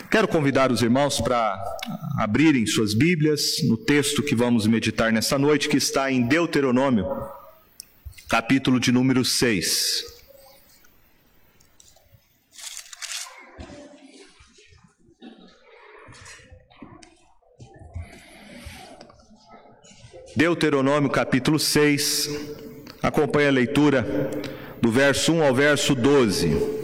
Quero convidar os irmãos para abrirem suas Bíblias no texto que vamos meditar nessa noite, que está em Deuteronômio, capítulo de número 6. Deuteronômio, capítulo 6, acompanhe a leitura do verso 1 ao verso 12.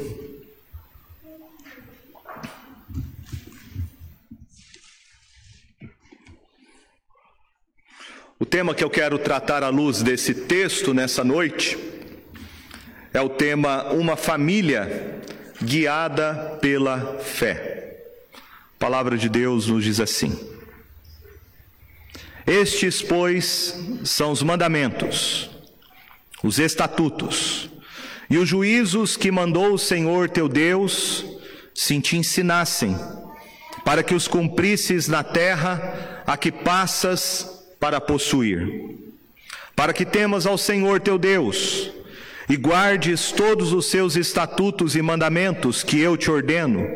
O tema que eu quero tratar à luz desse texto nessa noite é o tema Uma Família Guiada pela Fé. A palavra de Deus nos diz assim: Estes, pois, são os mandamentos, os estatutos e os juízos que mandou o Senhor teu Deus se te ensinassem, para que os cumprisses na terra a que passas para possuir, para que temas ao Senhor teu Deus e guardes todos os seus estatutos e mandamentos que eu te ordeno,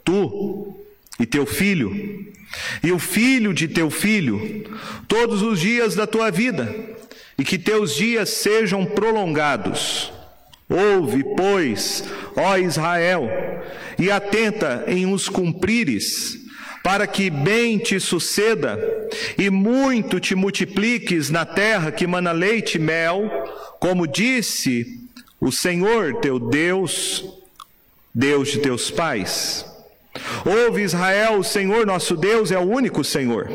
tu e teu filho, e o filho de teu filho, todos os dias da tua vida, e que teus dias sejam prolongados. Ouve, pois, ó Israel, e atenta em os cumprires, para que bem te suceda e muito te multipliques na terra que mana leite e mel, como disse o Senhor teu Deus, Deus de teus pais. Ouve, Israel, o Senhor nosso Deus é o único Senhor.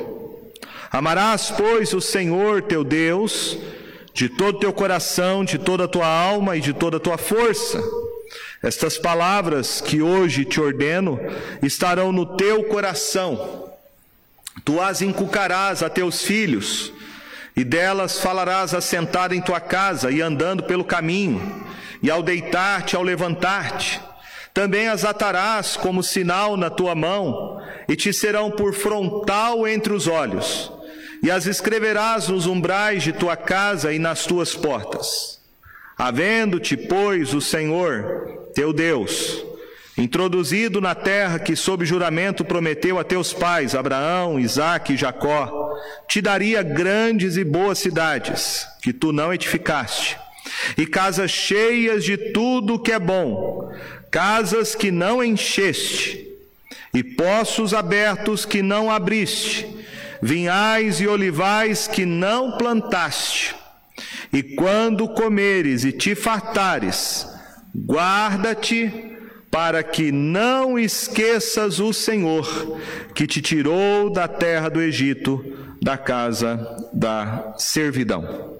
Amarás, pois, o Senhor teu Deus de todo o teu coração, de toda a tua alma e de toda a tua força. Estas palavras que hoje te ordeno estarão no teu coração. Tu as inculcarás a teus filhos, e delas falarás assentado em tua casa e andando pelo caminho, e ao deitar-te, ao levantar-te. Também as atarás como sinal na tua mão, e te serão por frontal entre os olhos, e as escreverás nos umbrais de tua casa e nas tuas portas. Havendo-te, pois, o Senhor teu Deus introduzido na terra que sob juramento prometeu a teus pais, Abraão, Isaque e Jacó, te daria grandes e boas cidades, que tu não edificaste, e casas cheias de tudo que é bom, casas que não encheste, e poços abertos que não abriste, vinhais e olivais que não plantaste. E quando comeres e te fartares, guarda-te para que não esqueças o Senhor, que te tirou da terra do Egito, da casa da servidão.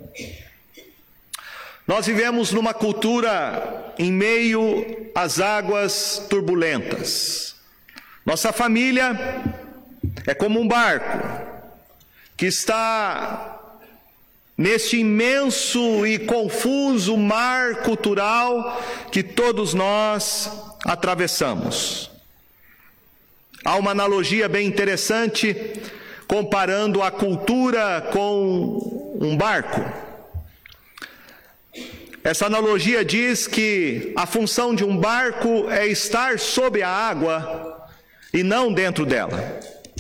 Nós vivemos numa cultura em meio às águas turbulentas. Nossa família é como um barco que está neste imenso e confuso mar cultural que todos nós atravessamos. Há uma analogia bem interessante comparando a cultura com um barco. Essa analogia diz que a função de um barco é estar sob a água e não dentro dela.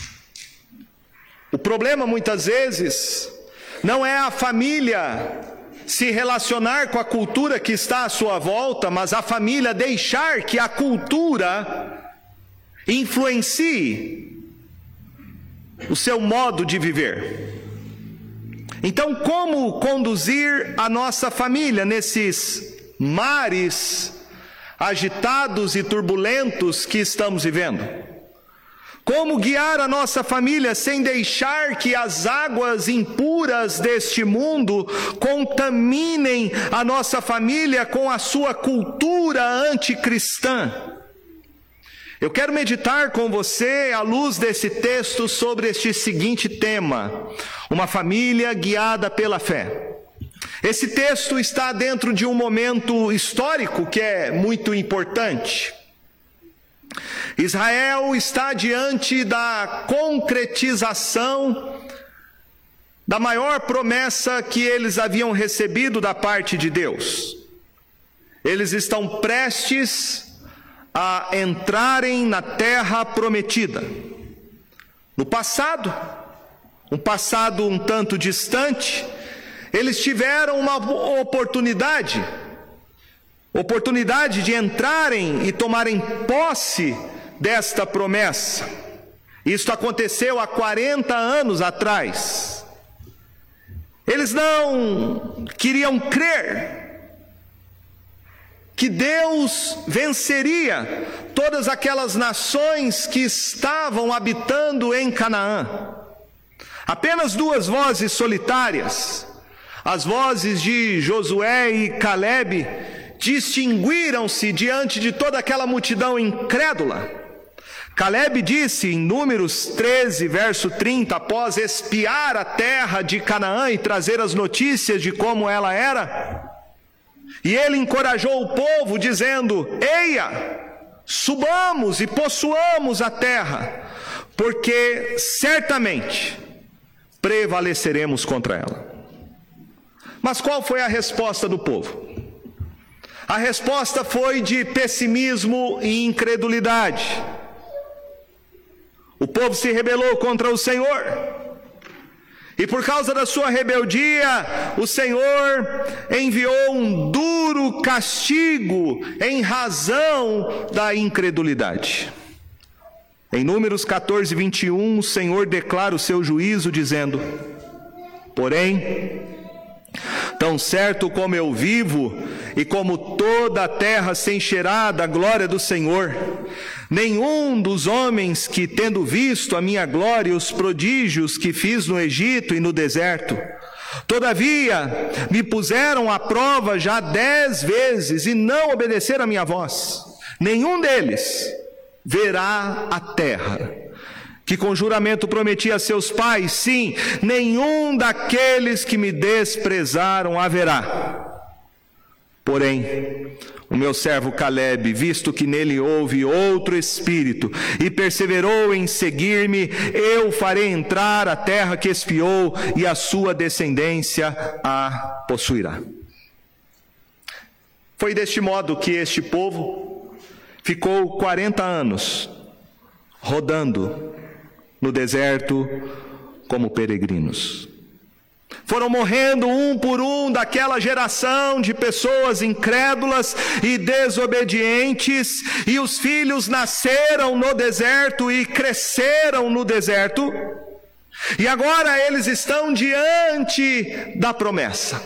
O problema muitas vezes não é a família se relacionar com a cultura que está à sua volta, mas a família deixar que a cultura influencie o seu modo de viver. Então, como conduzir a nossa família nesses mares agitados e turbulentos que estamos vivendo? Como guiar a nossa família sem deixar que as águas impuras deste mundo contaminem a nossa família com a sua cultura anticristã? Eu quero meditar com você, à luz desse texto, sobre este seguinte tema: uma família guiada pela fé. Esse texto está dentro de um momento histórico que é muito importante. Israel está diante da concretização da maior promessa que eles haviam recebido da parte de Deus. Eles estão prestes a entrarem na terra prometida. No passado, um passado um tanto distante, eles tiveram uma oportunidade de entrarem e tomarem posse desta promessa. Isto aconteceu há 40 anos atrás. Eles não queriam crer que Deus venceria todas aquelas nações que estavam habitando em Canaã. Apenas duas vozes solitárias, as vozes de Josué e Calebe, distinguiram-se diante de toda aquela multidão incrédula. Calebe disse em Números 13, verso 30, após espiar a terra de Canaã e trazer as notícias de como ela era, e ele encorajou o povo dizendo: eia, subamos e possuamos a terra, porque certamente prevaleceremos contra ela. Mas qual foi a resposta do povo? A resposta foi de pessimismo e incredulidade. O povo se rebelou contra o Senhor. E por causa da sua rebeldia, o Senhor enviou um duro castigo em razão da incredulidade. Em Números 14, 21, o Senhor declara o seu juízo dizendo: porém, tão certo como eu vivo e como toda a terra se encherá da glória do Senhor, nenhum dos homens que, tendo visto a minha glória e os prodígios que fiz no Egito e no deserto, todavia me puseram à prova já 10 vezes e não obedeceram a minha voz, nenhum deles verá a terra que com juramento prometi a seus pais, sim, nenhum daqueles que me desprezaram haverá. Porém, o meu servo Calebe, visto que nele houve outro espírito e perseverou em seguir-me, eu farei entrar a terra que espiou e a sua descendência a possuirá. Foi deste modo que este povo ficou 40 anos rodando no deserto como peregrinos. Foram morrendo um por um daquela geração de pessoas incrédulas e desobedientes, e os filhos nasceram no deserto e cresceram no deserto, e agora eles estão diante da promessa.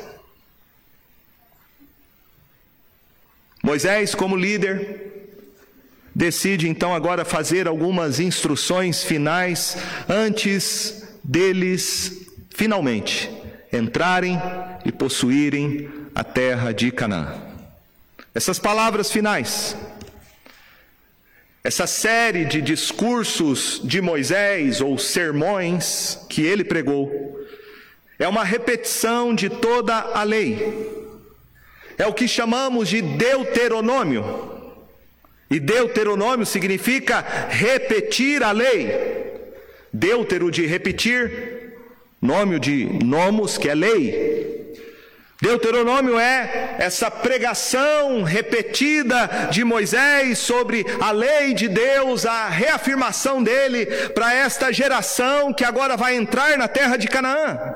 Moisés, como líder, decide então agora fazer algumas instruções finais antes deles finalmente entrarem e possuírem a terra de Canaã. Essas palavras finais, essa série de discursos de Moisés ou sermões que ele pregou, é uma repetição de toda a lei. É o que chamamos de Deuteronômio. E Deuteronômio significa repetir a lei. Deutero de repetir, nômio de nomos, que é lei. Deuteronômio é essa pregação repetida de Moisés sobre a lei de Deus, a reafirmação dele para esta geração que agora vai entrar na terra de Canaã.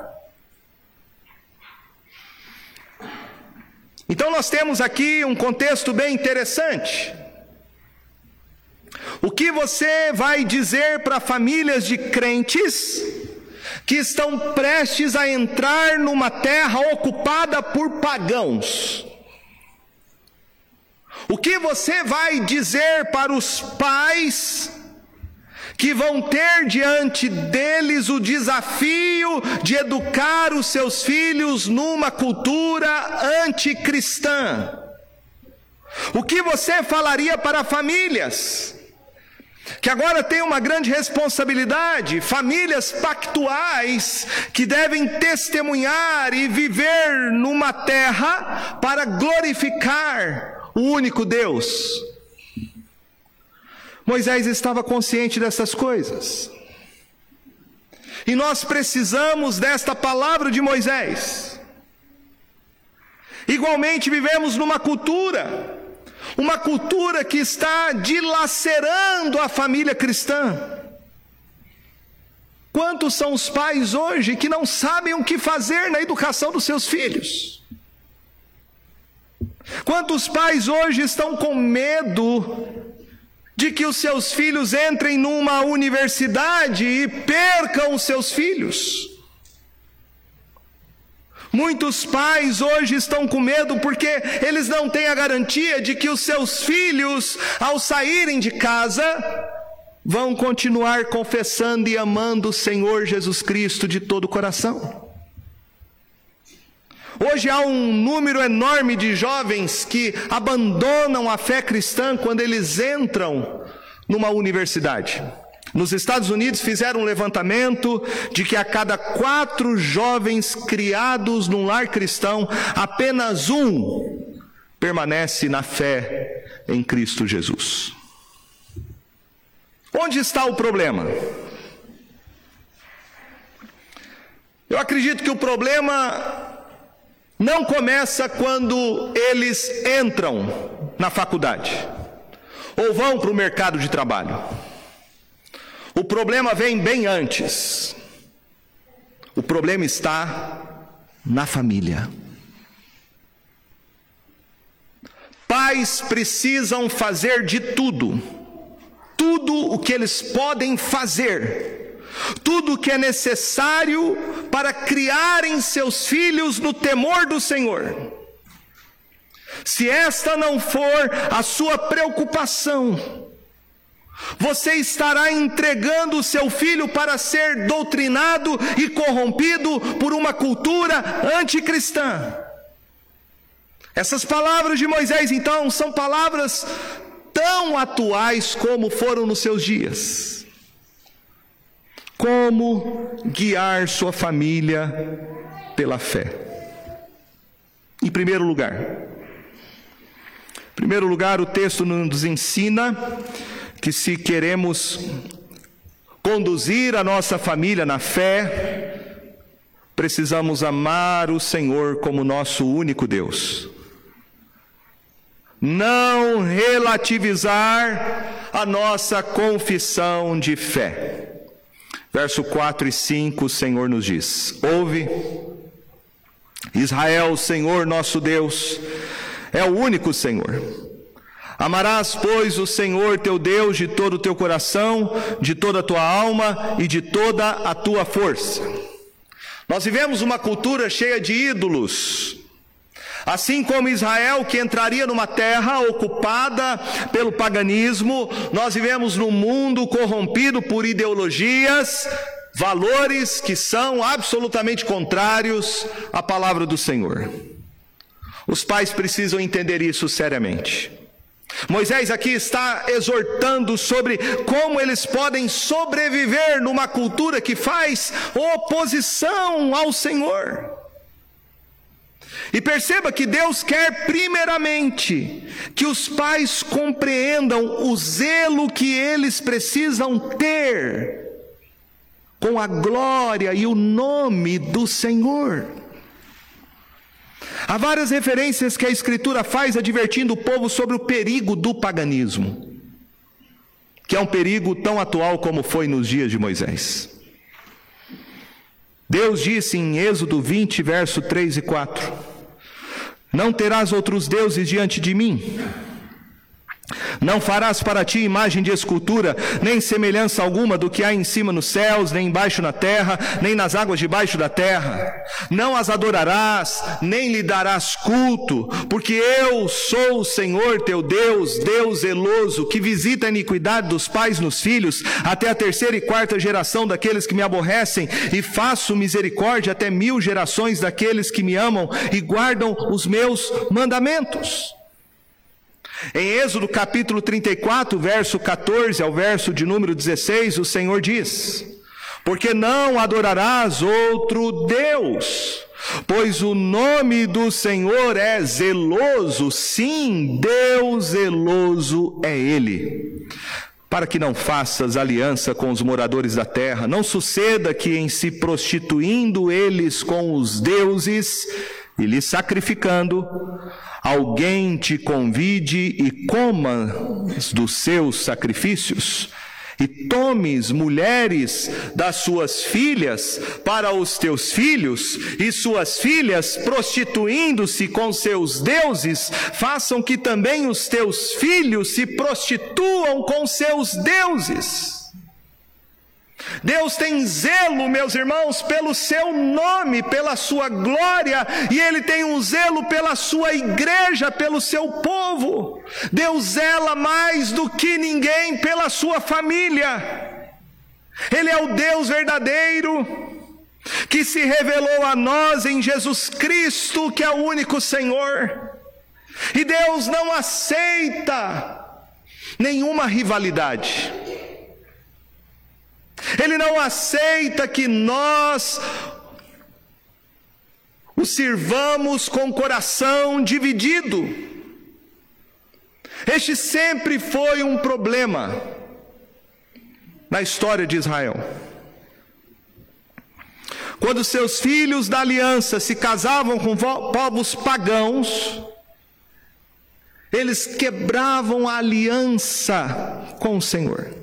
Então nós temos aqui um contexto bem interessante. O que você vai dizer para famílias de crentes que estão prestes a entrar numa terra ocupada por pagãos? O que você vai dizer para os pais que vão ter diante deles o desafio de educar os seus filhos numa cultura anticristã? O que você falaria para famílias que agora têm uma grande responsabilidade, famílias pactuais que devem testemunhar e viver numa terra para glorificar o único Deus? Moisés estava consciente dessas coisas. E nós precisamos desta palavra de Moisés. Igualmente vivemos numa cultura Uma cultura que está dilacerando a família cristã. Quantos são os pais hoje que não sabem o que fazer na educação dos seus filhos? Quantos pais hoje estão com medo de que os seus filhos entrem numa universidade e percam os seus filhos? Muitos pais hoje estão com medo porque eles não têm a garantia de que os seus filhos, ao saírem de casa, vão continuar confessando e amando o Senhor Jesus Cristo de todo o coração. Hoje há um número enorme de jovens que abandonam a fé cristã quando eles entram numa universidade. Nos Estados Unidos fizeram um levantamento de que a cada 4 jovens criados num lar cristão, apenas um permanece na fé em Cristo Jesus. Onde está o problema? Eu acredito que o problema não começa quando eles entram na faculdade ou vão para o mercado de trabalho. O problema vem bem antes. O problema está na família. Pais precisam fazer de tudo o que eles podem fazer, tudo o que é necessário para criarem seus filhos no temor do Senhor. Se esta não for a sua preocupação, você estará entregando o seu filho para ser doutrinado e corrompido por uma cultura anticristã. Essas palavras de Moisés, então, são palavras tão atuais como foram nos seus dias. Como guiar sua família pela fé? Em primeiro lugar, o texto nos ensina que se queremos conduzir a nossa família na fé, precisamos amar o Senhor como nosso único Deus. Não relativizar a nossa confissão de fé. Verso 4 e 5, o Senhor nos diz: ouve, Israel, o Senhor nosso Deus é o único Senhor. Amarás, pois, o Senhor teu Deus de todo o teu coração, de toda a tua alma e de toda a tua força. Nós vivemos uma cultura cheia de ídolos. Assim como Israel, que entraria numa terra ocupada pelo paganismo, nós vivemos num mundo corrompido por ideologias, valores que são absolutamente contrários à palavra do Senhor. Os pais precisam entender isso seriamente. Moisés aqui está exortando sobre como eles podem sobreviver numa cultura que faz oposição ao Senhor. E perceba que Deus quer primeiramente que os pais compreendam o zelo que eles precisam ter com a glória e o nome do Senhor. Há várias referências que a Escritura faz advertindo o povo sobre o perigo do paganismo, que é um perigo tão atual como foi nos dias de Moisés. Deus disse em Êxodo 20, verso 3 e 4: não terás outros deuses diante de mim. Não farás para ti imagem de escultura, nem semelhança alguma do que há em cima nos céus, nem embaixo na terra, nem nas águas debaixo da terra. Não as adorarás, nem lhe darás culto, porque eu sou o Senhor teu Deus, Deus zeloso, que visita a iniquidade dos pais nos filhos, até a 3ª e 4ª geração daqueles que me aborrecem, e faço misericórdia até 1000 gerações daqueles que me amam e guardam os meus mandamentos. Em Êxodo capítulo 34, verso 14 ao verso de número 16, o Senhor diz: porque não adorarás outro Deus, pois o nome do Senhor é zeloso, sim, Deus zeloso é Ele. Para que não faças aliança com os moradores da terra, não suceda que em se prostituindo eles com os deuses, e lhe sacrificando, alguém te convide e comas dos seus sacrifícios, e tomes mulheres das suas filhas para os teus filhos, e suas filhas, prostituindo-se com seus deuses, façam que também os teus filhos se prostituam com seus deuses. Deus tem zelo, meus irmãos, pelo seu nome, pela sua glória, e Ele tem um zelo pela sua igreja, pelo seu povo. Deus zela mais do que ninguém pela sua família. Ele é o Deus verdadeiro, que se revelou a nós em Jesus Cristo, que é o único Senhor. E Deus não aceita nenhuma rivalidade. Ele não aceita que nós o sirvamos com o coração dividido. Este sempre foi um problema na história de Israel. Quando seus filhos da aliança se casavam com povos pagãos, eles quebravam a aliança com o Senhor.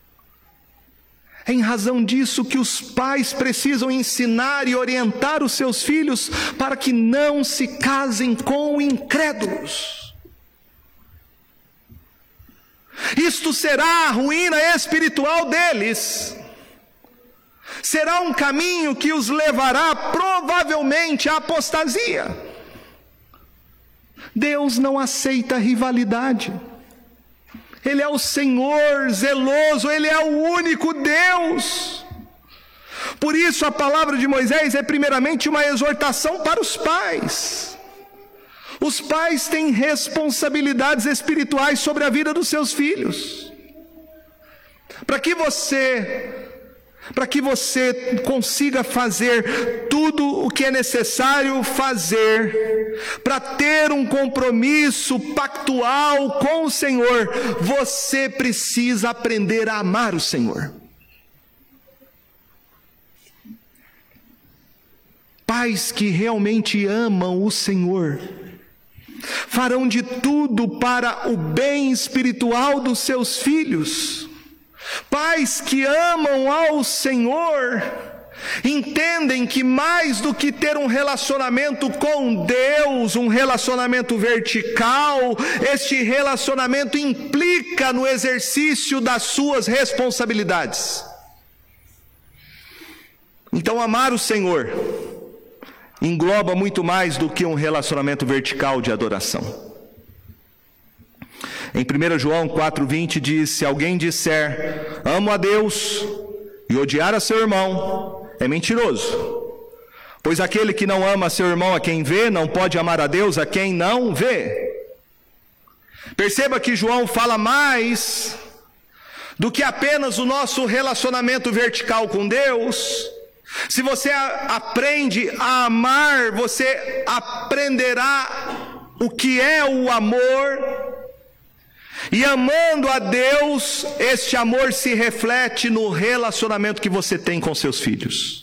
É em razão disso que os pais precisam ensinar e orientar os seus filhos para que não se casem com incrédulos. Isto será a ruína espiritual deles. Será um caminho que os levará provavelmente à apostasia. Deus não aceita rivalidade. Ele é o Senhor zeloso, Ele é o único Deus. Por isso a palavra de Moisés é primeiramente uma exortação para os pais. Os pais têm responsabilidades espirituais sobre a vida dos seus filhos. Para que você consiga fazer tudo o que é necessário fazer para ter um compromisso pactual com o Senhor, você precisa aprender a amar o Senhor. Pais que realmente amam o Senhor farão de tudo para o bem espiritual dos seus filhos. Pais que amam ao Senhor entendem que mais do que ter um relacionamento com Deus, um relacionamento vertical, este relacionamento implica no exercício das suas responsabilidades. Então, amar o Senhor engloba muito mais do que um relacionamento vertical de adoração. Em 1 João 4,20 diz: se alguém disser amo a Deus e odiar a seu irmão, é mentiroso. Pois aquele que não ama seu irmão a quem vê, não pode amar a Deus a quem não vê. Perceba que João fala mais do que apenas o nosso relacionamento vertical com Deus. Se você aprende a amar, você aprenderá o que é o amor. E amando a Deus, este amor se reflete no relacionamento que você tem com seus filhos.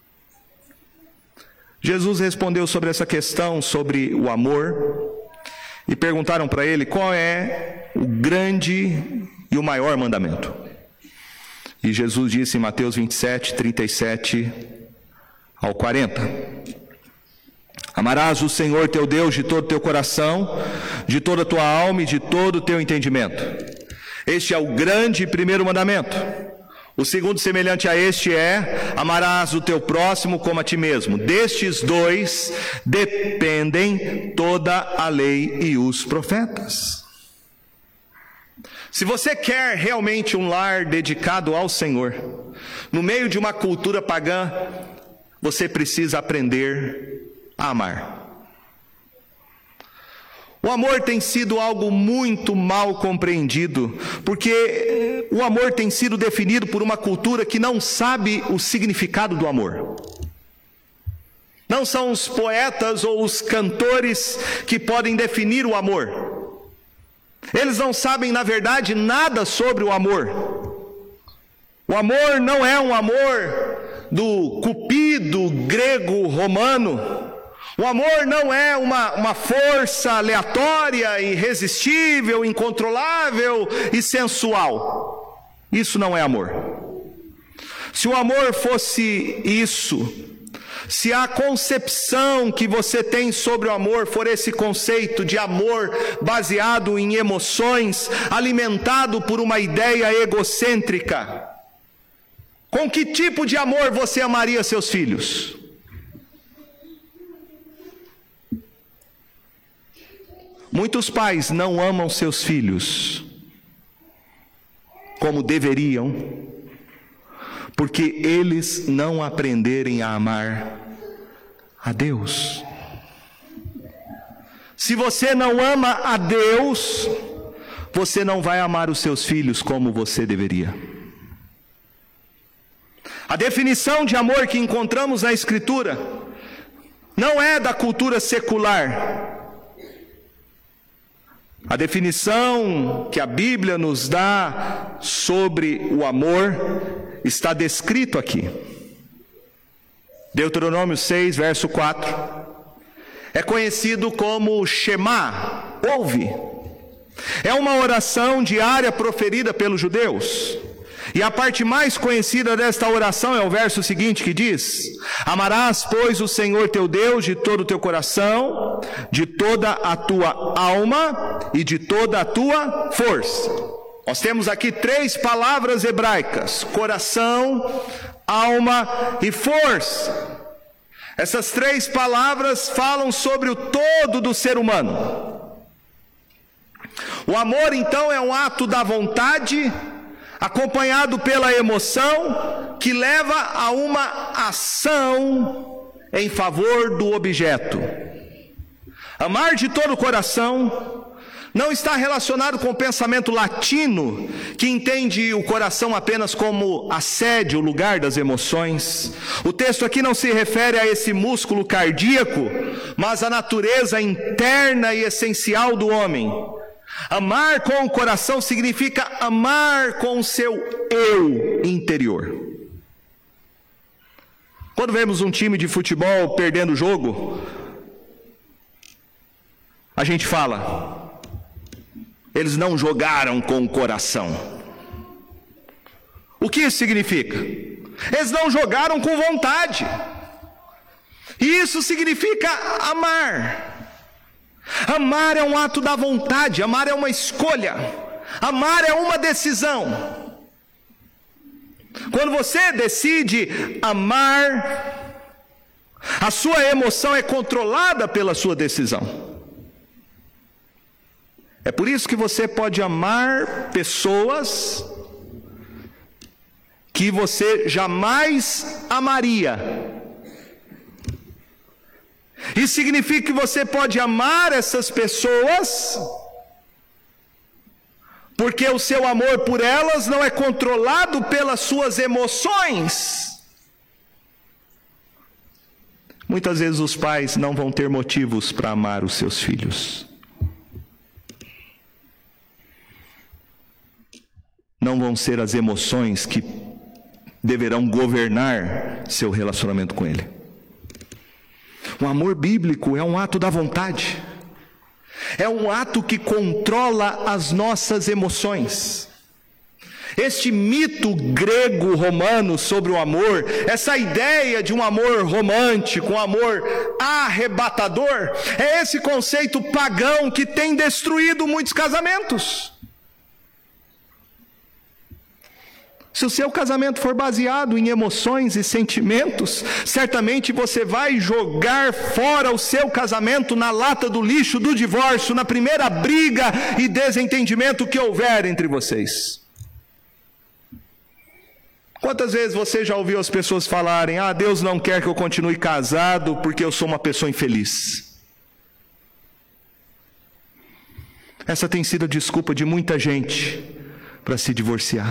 Jesus respondeu sobre essa questão, sobre o amor, e perguntaram para ele qual é o grande e o maior mandamento. E Jesus disse em Mateus 27, 37 ao 40... Amarás o Senhor teu Deus de todo o teu coração, de toda a tua alma e de todo o teu entendimento. Este é o grande e primeiro mandamento. O segundo, semelhante a este, é: amarás o teu próximo como a ti mesmo. Destes dois dependem toda a lei e os profetas. Se você quer realmente um lar dedicado ao Senhor, no meio de uma cultura pagã, você precisa aprender a amar. O amor tem sido algo muito mal compreendido, porque o amor tem sido definido por uma cultura que não sabe o significado do amor. Não são os poetas ou os cantores que podem definir o amor. Eles não sabem, na verdade, nada sobre o amor. O amor não é um amor do Cupido grego-romano. O amor não é uma força aleatória, irresistível, incontrolável e sensual. Isso não é amor. Se o amor fosse isso, se a concepção que você tem sobre o amor for esse conceito de amor baseado em emoções, alimentado por uma ideia egocêntrica, com que tipo de amor você amaria seus filhos? Muitos pais não amam seus filhos como deveriam, porque eles não aprenderem a amar a Deus. Se você não ama a Deus, você não vai amar os seus filhos como você deveria. A definição de amor que encontramos na Escritura não é da cultura secular. A definição que a Bíblia nos dá sobre o amor está descrito aqui. Deuteronômio 6, verso 4. É conhecido como Shema, ouve. É uma oração diária proferida pelos judeus. E a parte mais conhecida desta oração é o verso seguinte que diz: amarás, pois, o Senhor teu Deus de todo o teu coração, de toda a tua alma e de toda a tua força. Nós temos aqui 3 palavras hebraicas: coração, alma e força. Essas 3 palavras falam sobre o todo do ser humano. O amor, então, é um ato da vontade, acompanhado pela emoção, que leva a uma ação em favor do objeto. Amar de todo o coração não está relacionado com o pensamento latino, que entende o coração apenas como a sede, o lugar das emoções. O texto aqui não se refere a esse músculo cardíaco, mas à natureza interna e essencial do homem. Amar com o coração significa amar com o seu eu interior. Quando vemos um time de futebol perdendo o jogo, a gente fala: eles não jogaram com o coração. O que isso significa? Eles não jogaram com vontade. E isso significa amar. Amar é um ato da vontade, amar é uma escolha, amar é uma decisão. Quando você decide amar, a sua emoção é controlada pela sua decisão. É por isso que você pode amar pessoas que você jamais amaria. Isso significa que você pode amar essas pessoas, porque o seu amor por elas não é controlado pelas suas emoções. Muitas vezes os pais não vão ter motivos para amar os seus filhos. Não vão ser as emoções que deverão governar seu relacionamento com ele. O amor bíblico é um ato da vontade. É um ato que controla as nossas emoções. Este mito grego-romano sobre o amor, essa ideia de um amor romântico, um amor arrebatador, é esse conceito pagão que tem destruído muitos casamentos. Se o seu casamento for baseado em emoções e sentimentos, certamente você vai jogar fora o seu casamento na lata do lixo do divórcio, na primeira briga e desentendimento que houver entre vocês. Quantas vezes você já ouviu as pessoas falarem: Deus não quer que eu continue casado porque eu sou uma pessoa infeliz? Essa tem sido a desculpa de muita gente para se divorciar.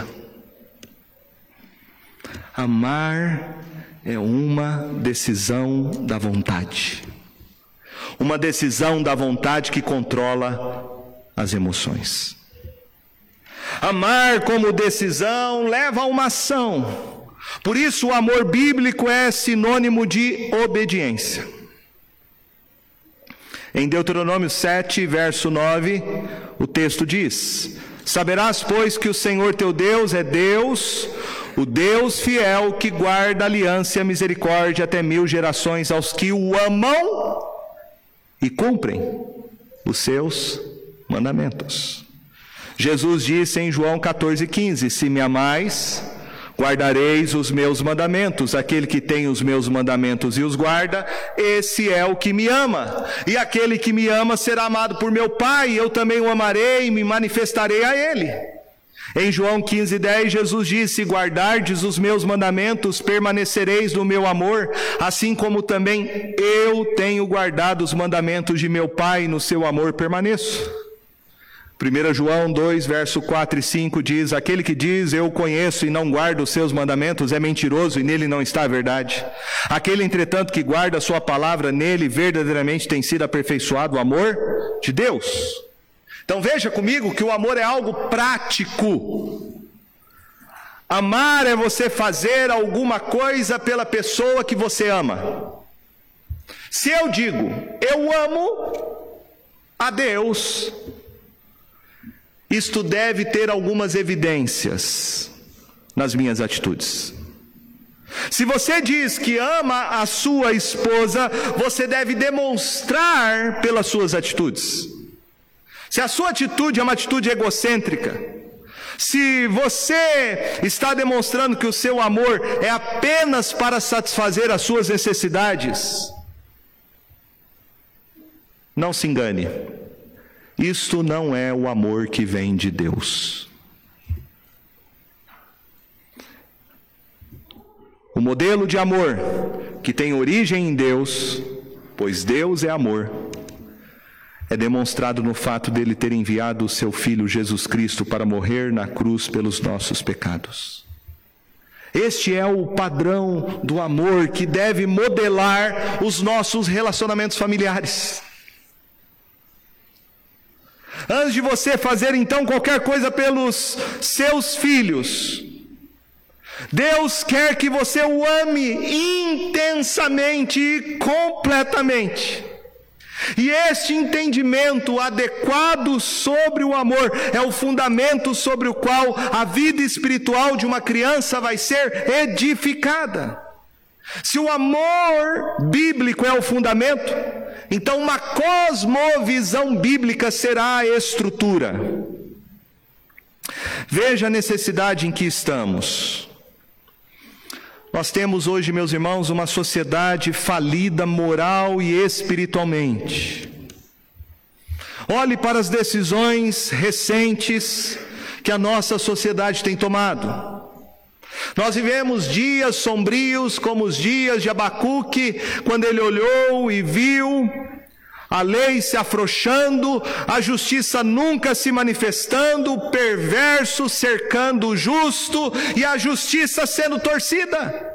Amar é uma decisão da vontade. Uma decisão da vontade que controla as emoções. Amar como decisão leva a uma ação. Por isso o amor bíblico é sinônimo de obediência. Em Deuteronômio 7, verso 9, o texto diz: saberás, pois, que o Senhor teu Deus é Deus, o Deus fiel, que guarda a aliança e a misericórdia até 1000 gerações aos que o amam e cumprem os seus mandamentos. Jesus disse em João 14,15: se me amais, guardareis os meus mandamentos. Aquele que tem os meus mandamentos e os guarda, esse é o que me ama. E aquele que me ama será amado por meu Pai, eu também o amarei e me manifestarei a ele. Em João 15,10, Jesus disse: guardardes os meus mandamentos, permanecereis no meu amor, assim como também eu tenho guardado os mandamentos de meu Pai, e no seu amor permaneço. 1 João 2, verso 4 e 5 diz: aquele que diz eu conheço e não guarda os seus mandamentos é mentiroso e nele não está a verdade. Aquele, entretanto, que guarda a sua palavra, nele verdadeiramente tem sido aperfeiçoado o amor de Deus. Então veja comigo que o amor é algo prático. Amar é você fazer alguma coisa pela pessoa que você ama. Se eu digo eu amo a Deus, isto deve ter algumas evidências nas minhas atitudes. Se você diz que ama a sua esposa, você deve demonstrar pelas suas atitudes. Se a sua atitude é uma atitude egocêntrica, se você está demonstrando que o seu amor é apenas para satisfazer as suas necessidades, não se engane. Isto não é o amor que vem de Deus. O modelo de amor que tem origem em Deus, pois Deus é amor, é demonstrado no fato dele ter enviado o seu Filho Jesus Cristo para morrer na cruz pelos nossos pecados. Este é o padrão do amor que deve modelar os nossos relacionamentos familiares. Antes de você fazer então qualquer coisa pelos seus filhos, Deus quer que você o ame intensamente e completamente. E este entendimento adequado sobre o amor é o fundamento sobre o qual a vida espiritual de uma criança vai ser edificada. Se o amor bíblico é o fundamento, então uma cosmovisão bíblica será a estrutura. Veja a necessidade em que estamos. Nós temos hoje, meus irmãos, uma sociedade falida moral e espiritualmente. Olhe para as decisões recentes que a nossa sociedade tem tomado. Nós vivemos dias sombrios como os dias de Abacuque, quando ele olhou e viu a lei se afrouxando, a justiça nunca se manifestando, o perverso cercando o justo e a justiça sendo torcida.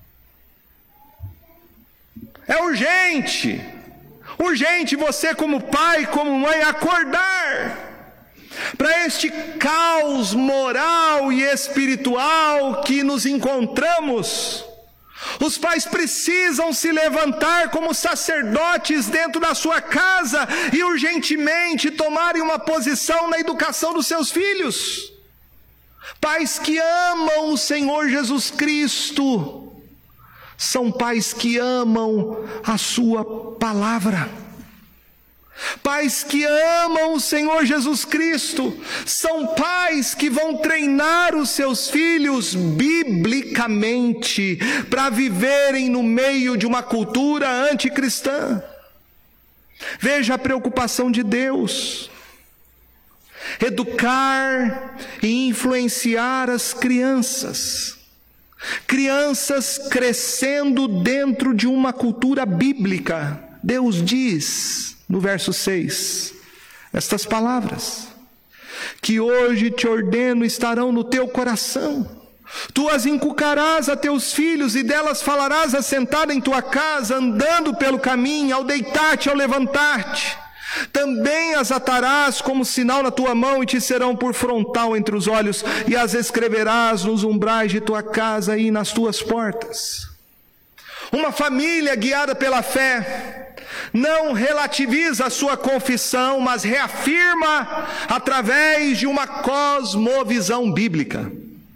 É urgente você como pai, como mãe, acordar para este caos moral e espiritual que nos encontramos. Os pais precisam se levantar como sacerdotes dentro da sua casa e urgentemente tomarem uma posição na educação dos seus filhos. Pais que amam o Senhor Jesus Cristo, são pais que amam a sua palavra. Pais que amam o Senhor Jesus Cristo, são pais que vão treinar os seus filhos biblicamente para viverem no meio de uma cultura anticristã. Veja a preocupação de Deus: educar e influenciar as crianças. Crianças crescendo dentro de uma cultura bíblica. Deus diz no verso 6, estas palavras: que hoje te ordeno estarão no teu coração, tu as inculcarás a teus filhos, e delas falarás assentado em tua casa, andando pelo caminho, ao deitar-te, ao levantar-te. Também as atarás como sinal na tua mão, e te serão por frontal entre os olhos, e as escreverás nos umbrais de tua casa e nas tuas portas. Uma família guiada pela fé não relativiza a sua confissão, mas reafirma através de uma cosmovisão bíblica.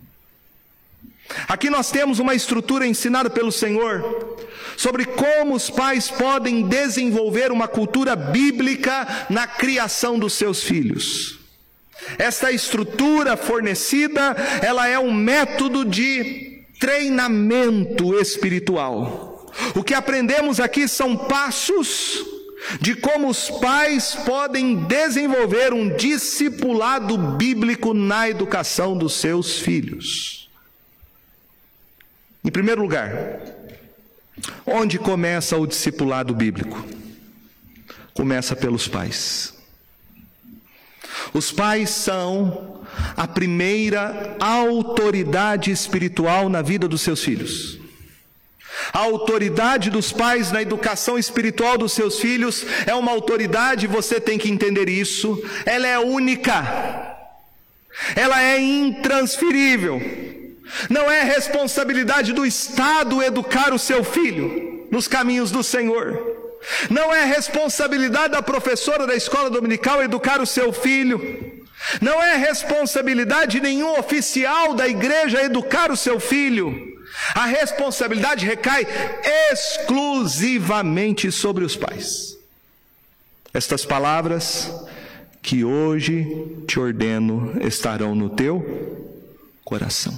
Aqui nós temos uma estrutura ensinada pelo Senhor sobre como os pais podem desenvolver uma cultura bíblica na criação dos seus filhos. Esta estrutura fornecida, ela é um método de treinamento espiritual. O que aprendemos aqui são passos de como os pais podem desenvolver um discipulado bíblico na educação dos seus filhos. Em primeiro lugar, onde começa o discipulado bíblico? Começa pelos pais. Os pais são a primeira autoridade espiritual na vida dos seus filhos. A autoridade dos pais na educação espiritual dos seus filhos é uma autoridade, você tem que entender isso, ela é única, ela é intransferível. Não é responsabilidade do Estado educar o seu filho nos caminhos do Senhor. Não é responsabilidade da professora da escola dominical educar o seu filho. Não é responsabilidade de nenhum oficial da igreja educar o seu filho. A responsabilidade recai exclusivamente sobre os pais. Estas palavras que hoje te ordeno estarão no teu coração.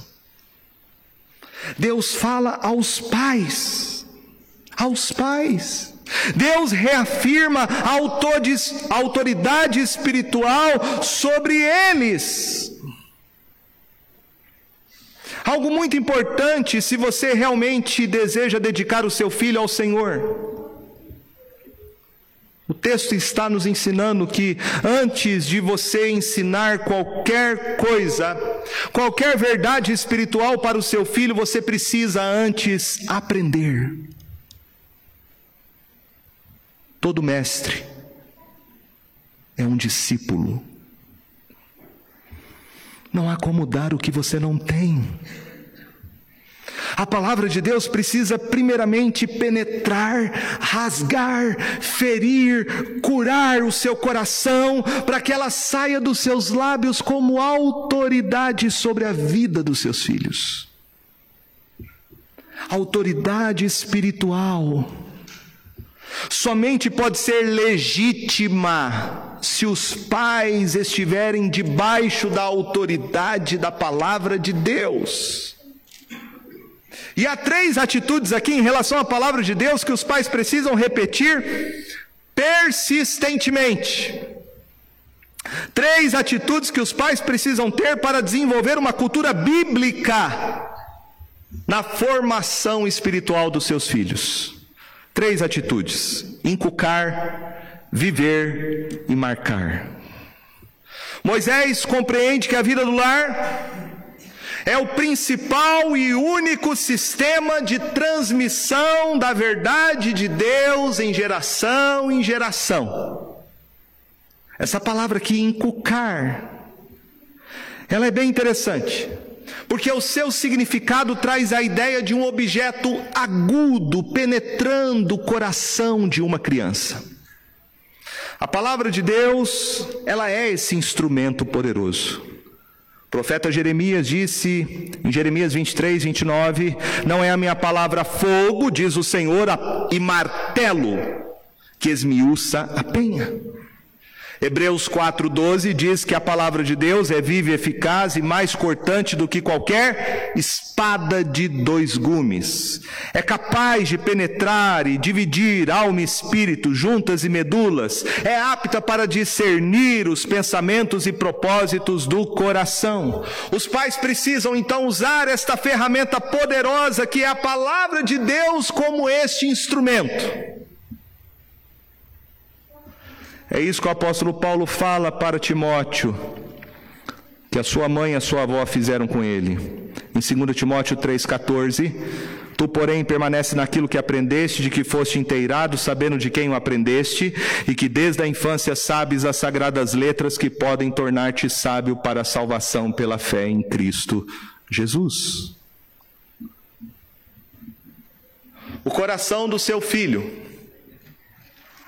Deus fala aos pais. Aos pais. Deus reafirma a autoridade espiritual sobre eles. Algo muito importante se você realmente deseja dedicar o seu filho ao Senhor. O texto está nos ensinando que antes de você ensinar qualquer coisa, qualquer verdade espiritual para o seu filho, você precisa antes aprender. Todo mestre é um discípulo. Não há como dar o que você não tem. A palavra de Deus precisa primeiramente penetrar, rasgar, ferir, curar o seu coração, para que ela saia dos seus lábios como autoridade sobre a vida dos seus filhos. Autoridade espiritual somente pode ser legítima se os pais estiverem debaixo da autoridade da palavra de Deus. E há 3 atitudes aqui em relação à palavra de Deus que os pais precisam repetir persistentemente. 3 atitudes que os pais precisam ter para desenvolver uma cultura bíblica na formação espiritual dos seus filhos. 3 atitudes: inculcar, viver e marcar. Moisés compreende que a vida do lar é o principal e único sistema de transmissão da verdade de Deus em geração em geração. Essa palavra aqui, inculcar, ela é bem interessante, porque o seu significado traz a ideia de um objeto agudo penetrando o coração de uma criança. A palavra de Deus, ela é esse instrumento poderoso. O profeta Jeremias disse, em Jeremias 23, 29, não é a minha palavra fogo, diz o Senhor, e martelo que esmiuça a penha. Hebreus 4:12 diz que a palavra de Deus é viva e eficaz e mais cortante do que qualquer espada de 2 gumes. É capaz de penetrar e dividir alma e espírito, juntas e medulas. É apta para discernir os pensamentos e propósitos do coração. Os pais precisam então usar esta ferramenta poderosa que é a palavra de Deus como este instrumento. É isso que o apóstolo Paulo fala para Timóteo, que a sua mãe e a sua avó fizeram com ele. Em 2 Timóteo 3,14, tu, porém, permanece naquilo que aprendeste, de que foste inteirado, sabendo de quem o aprendeste, e que desde a infância sabes as sagradas letras que podem tornar-te sábio para a salvação pela fé em Cristo Jesus. O coração do seu filho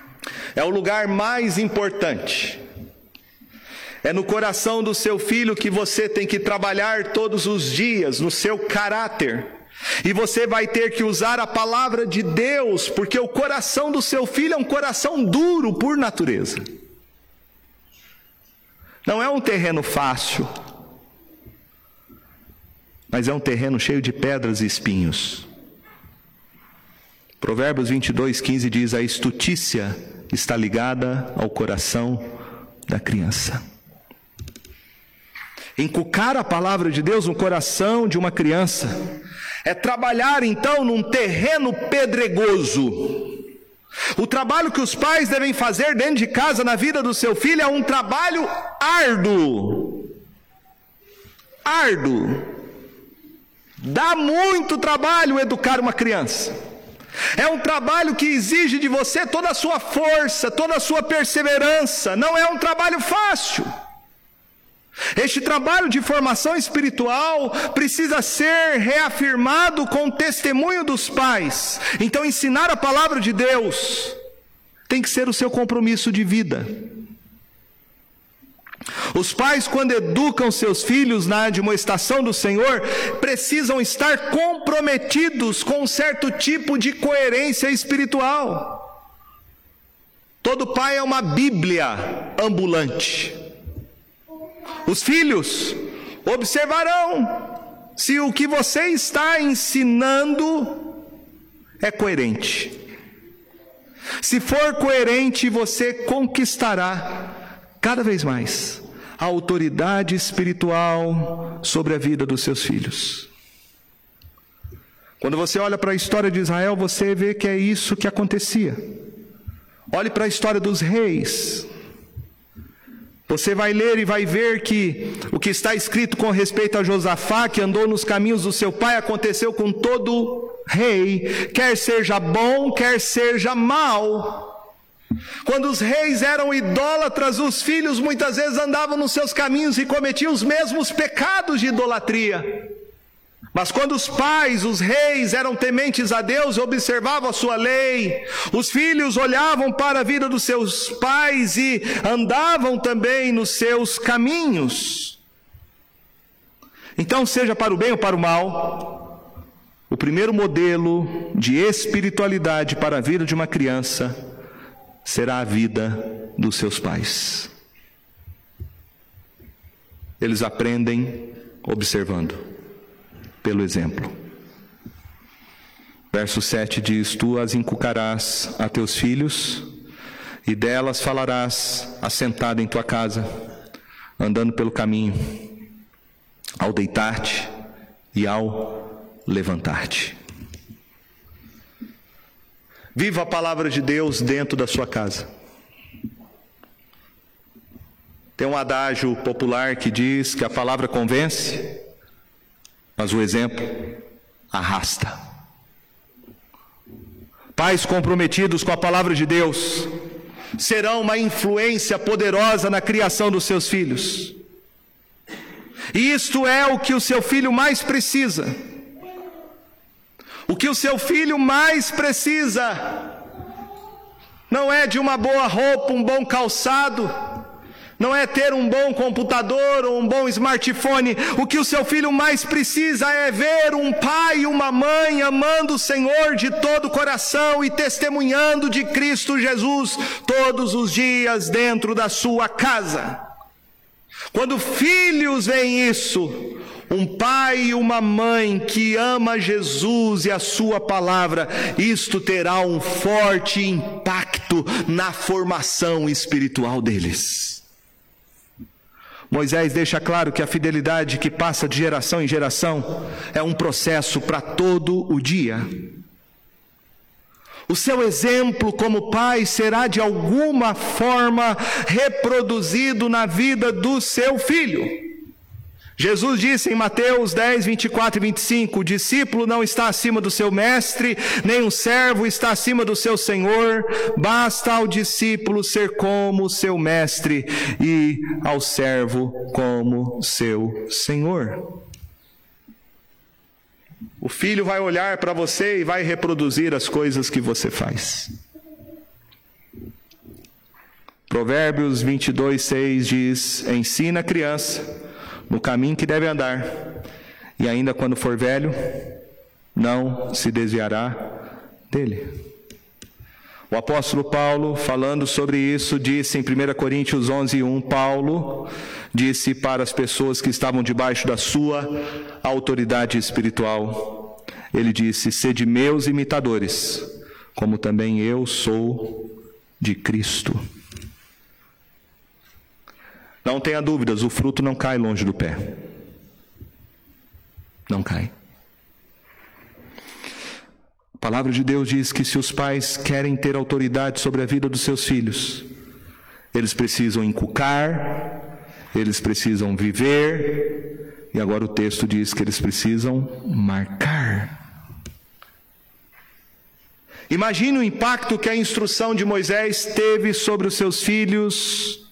é o lugar mais importante. É no coração do seu filho que você tem que trabalhar todos os dias, no seu caráter. E você vai ter que usar a palavra de Deus, porque o coração do seu filho é um coração duro por natureza. Não é um terreno fácil, mas é um terreno cheio de pedras e espinhos. Provérbios 22:15 diz: a estutícia está ligada ao coração da criança. Inculcar a palavra de Deus no coração de uma criança é trabalhar então num terreno pedregoso. O trabalho que os pais devem fazer dentro de casa na vida do seu filho é um trabalho árduo. Árduo. Dá muito trabalho educar uma criança. É um trabalho que exige de você toda a sua força, toda a sua perseverança. Não é um trabalho fácil. Este trabalho de formação espiritual precisa ser reafirmado com o testemunho dos pais. Então, ensinar a palavra de Deus tem que ser o seu compromisso de vida. Os pais, quando educam seus filhos na admoestação do Senhor, precisam estar comprometidos com um certo tipo de coerência espiritual. Todo pai é uma Bíblia ambulante. Os filhos observarão se o que você está ensinando é coerente. Se for coerente, você conquistará cada vez mais a autoridade espiritual sobre a vida dos seus filhos. Quando você olha para a história de Israel, você vê que é isso que acontecia. Olhe para a história dos reis. Você vai ler e vai ver que o que está escrito com respeito a Josafá, que andou nos caminhos do seu pai, aconteceu com todo rei, quer seja bom, quer seja mau. Quando os reis eram idólatras, os filhos muitas vezes andavam nos seus caminhos e cometiam os mesmos pecados de idolatria. Mas quando os pais, os reis, eram tementes a Deus e observavam a sua lei, os filhos olhavam para a vida dos seus pais e andavam também nos seus caminhos. Então, seja para o bem ou para o mal, o primeiro modelo de espiritualidade para a vida de uma criança será a vida dos seus pais. Eles aprendem observando, pelo exemplo. Verso 7 diz: tu as inculcarás a teus filhos, e delas falarás assentado em tua casa, andando pelo caminho, ao deitar-te e ao levantar-te. Viva a palavra de Deus dentro da sua casa. Tem um adágio popular que diz que a palavra convence, mas o exemplo arrasta. Pais comprometidos com a palavra de Deus serão uma influência poderosa na criação dos seus filhos. E isto é o que o seu filho mais precisa. O que o seu filho mais precisa não é de uma boa roupa, um bom calçado, não é ter um bom computador ou um bom smartphone. O que o seu filho mais precisa é ver um pai e uma mãe amando o Senhor de todo o coração e testemunhando de Cristo Jesus todos os dias dentro da sua casa. Quando filhos veem isso, um pai e uma mãe que ama Jesus e a sua palavra, isto terá um forte impacto na formação espiritual deles. Moisés deixa claro que a fidelidade que passa de geração em geração é um processo para todo o dia. O seu exemplo como pai será de alguma forma reproduzido na vida do seu filho. Jesus disse em Mateus 10, 24 e 25, o discípulo não está acima do seu mestre, nem o servo está acima do seu senhor, basta ao discípulo ser como seu mestre e ao servo como seu senhor. O filho vai olhar para você e vai reproduzir as coisas que você faz. Provérbios 22:6 diz: ensina a criança no caminho que deve andar, e ainda quando for velho, não se desviará dele. O apóstolo Paulo, falando sobre isso, disse em 1 Coríntios 11:1, Paulo disse para as pessoas que estavam debaixo da sua autoridade espiritual, ele disse: sede meus imitadores, como também eu sou de Cristo. Não tenha dúvidas, o fruto não cai longe do pé. Não cai. A palavra de Deus diz que se os pais querem ter autoridade sobre a vida dos seus filhos, eles precisam inculcar, eles precisam viver, e agora o texto diz que eles precisam marcar. Imagine o impacto que a instrução de Moisés teve sobre os seus filhos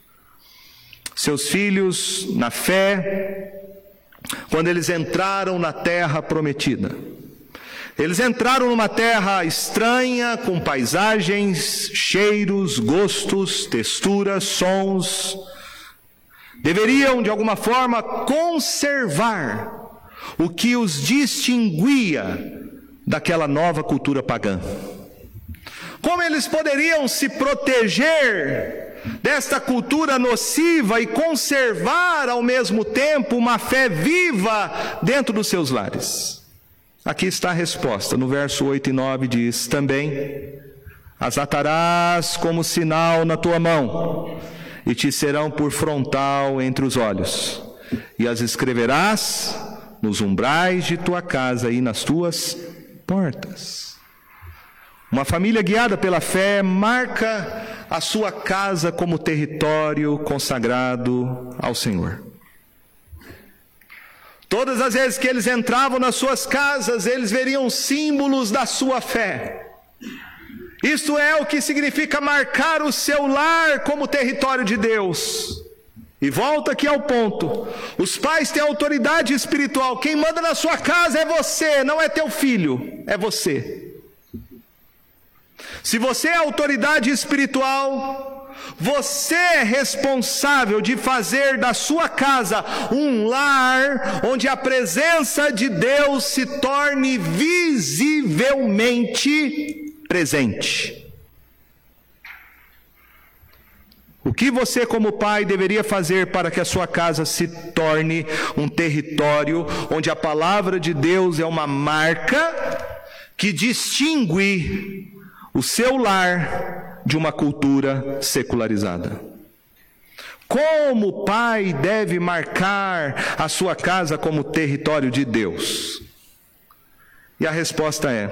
na fé, quando eles entraram na terra prometida. Eles entraram numa terra estranha, com paisagens, cheiros, gostos, texturas, sons. Deveriam, de alguma forma, conservar o que os distinguia daquela nova cultura pagã. Como eles poderiam se proteger desta cultura nociva e conservar ao mesmo tempo uma fé viva dentro dos seus lares? Aqui está a resposta, no verso 8 e 9 diz: também as atarás como sinal na tua mão, e te serão por frontal entre os olhos, e as escreverás nos umbrais de tua casa e nas tuas portas. Uma família guiada pela fé marca a sua casa como território consagrado ao Senhor. Todas as vezes que eles entravam nas suas casas, eles veriam símbolos da sua fé. Isto é o que significa marcar o seu lar como território de Deus. E volta aqui ao ponto: os pais têm autoridade espiritual. Quem manda na sua casa é você, não é teu filho, é você. Se você é autoridade espiritual, você é responsável de fazer da sua casa um lar onde a presença de Deus se torne visivelmente presente. O que você, como pai, deveria fazer para que a sua casa se torne um território onde a palavra de Deus é uma marca que distingue o seu lar de uma cultura secularizada? Como o pai deve marcar a sua casa como território de Deus? E a resposta é: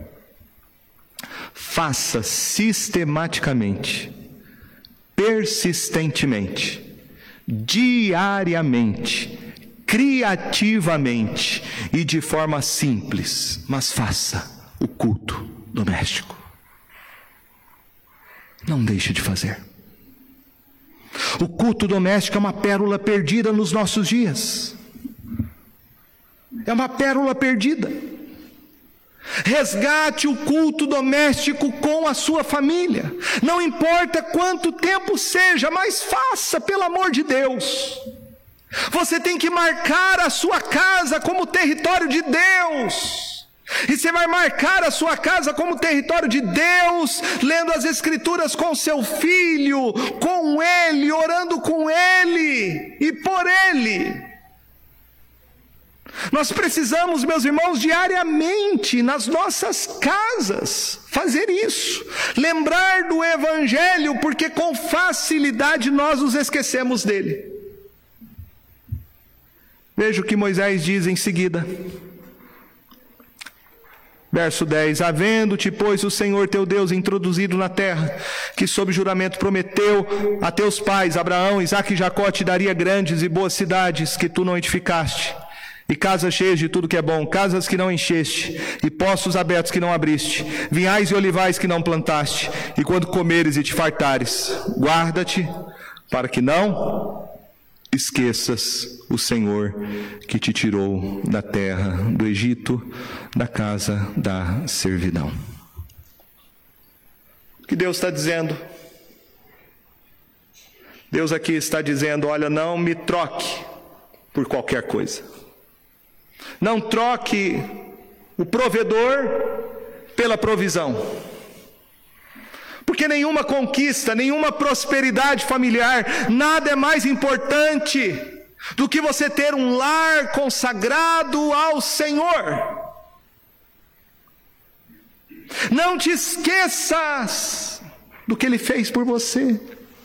faça sistematicamente, persistentemente, diariamente, criativamente e de forma simples, mas faça o culto doméstico. Não deixe de fazer. O culto doméstico é uma pérola perdida nos nossos dias. É uma pérola perdida. Resgate o culto doméstico com a sua família. Não importa quanto tempo seja, mas faça, pelo amor de Deus. Você tem que marcar a sua casa como território de Deus. E você vai marcar a sua casa como território de Deus, lendo as Escrituras com seu filho, com ele, orando com ele e por ele. Nós precisamos, meus irmãos, diariamente, nas nossas casas, fazer isso. Lembrar do Evangelho, porque com facilidade nós nos esquecemos dele. Veja o que Moisés diz em seguida. Verso 10: havendo-te, pois, o Senhor teu Deus introduzido na terra, que sob juramento prometeu a teus pais, Abraão, Isaque e Jacó, te daria grandes e boas cidades que tu não edificaste, e casas cheias de tudo que é bom, casas que não encheste, e poços abertos que não abriste, vinhais e olivais que não plantaste, e quando comeres e te fartares, guarda-te, para que não esqueças o Senhor que te tirou da terra do Egito, da casa da servidão. O que Deus está dizendo? Deus aqui está dizendo: olha, não me troque por qualquer coisa. Não troque o provedor pela provisão. Porque nenhuma conquista, nenhuma prosperidade familiar, nada é mais importante do que você ter um lar consagrado ao Senhor. Não te esqueças do que Ele fez por você.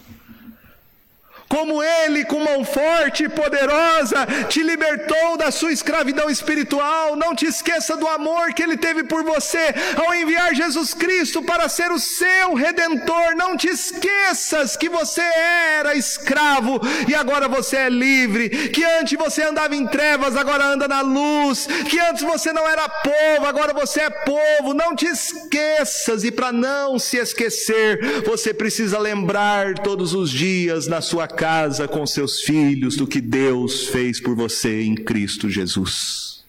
Como Ele, com mão forte e poderosa, te libertou da sua escravidão espiritual. Não te esqueça do amor que Ele teve por você ao enviar Jesus Cristo para ser o seu Redentor. Não te esqueças que você era escravo e agora você é livre. Que antes você andava em trevas, agora anda na luz. Que antes você não era povo, agora você é povo. Não te esqueças, e para não se esquecer, você precisa lembrar todos os dias na sua casa com seus filhos do que Deus fez por você em Cristo Jesus.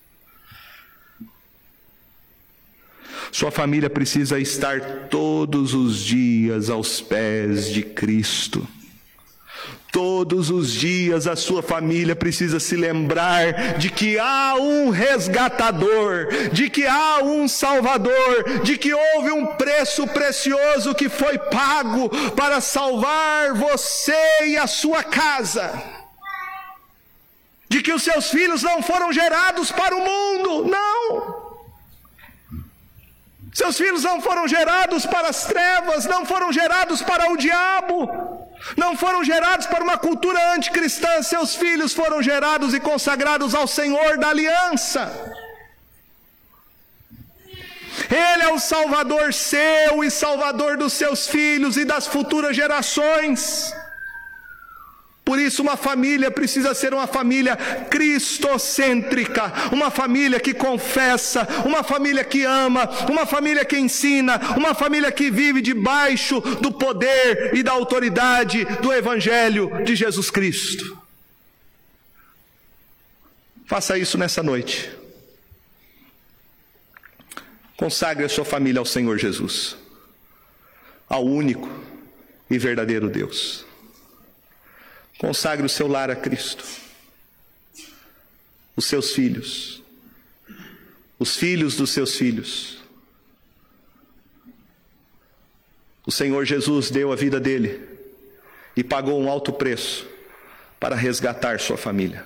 Sua família precisa estar todos os dias aos pés de Cristo. Todos os dias a sua família precisa se lembrar de que há um resgatador, de que há um salvador, de que houve um preço precioso que foi pago para salvar você e a sua casa. De que os seus filhos não foram gerados para o mundo, não. Seus filhos não foram gerados para as trevas, não foram gerados para o diabo. Não foram gerados para uma cultura anticristã. Seus filhos foram gerados e consagrados ao Senhor da aliança. Ele é o Salvador seu e Salvador dos seus filhos e das futuras gerações. Por isso, uma família precisa ser uma família cristocêntrica, uma família que confessa, uma família que ama, uma família que ensina, uma família que vive debaixo do poder e da autoridade do Evangelho de Jesus Cristo. Faça isso nessa noite. Consagre a sua família ao Senhor Jesus, ao único e verdadeiro Deus. Consagre o seu lar a Cristo, os seus filhos, os filhos dos seus filhos. O Senhor Jesus deu a vida dele e pagou um alto preço para resgatar sua família,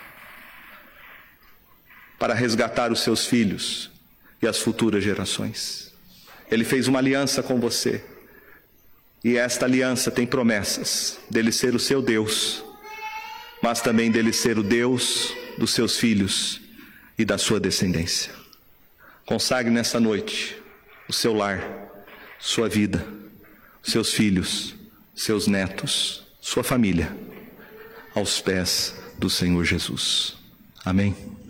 para resgatar os seus filhos e as futuras gerações. Ele fez uma aliança com você. E esta aliança tem promessas dele ser o seu Deus, mas também dele ser o Deus dos seus filhos e da sua descendência. Consagre nessa noite o seu lar, sua vida, seus filhos, seus netos, sua família, aos pés do Senhor Jesus. Amém?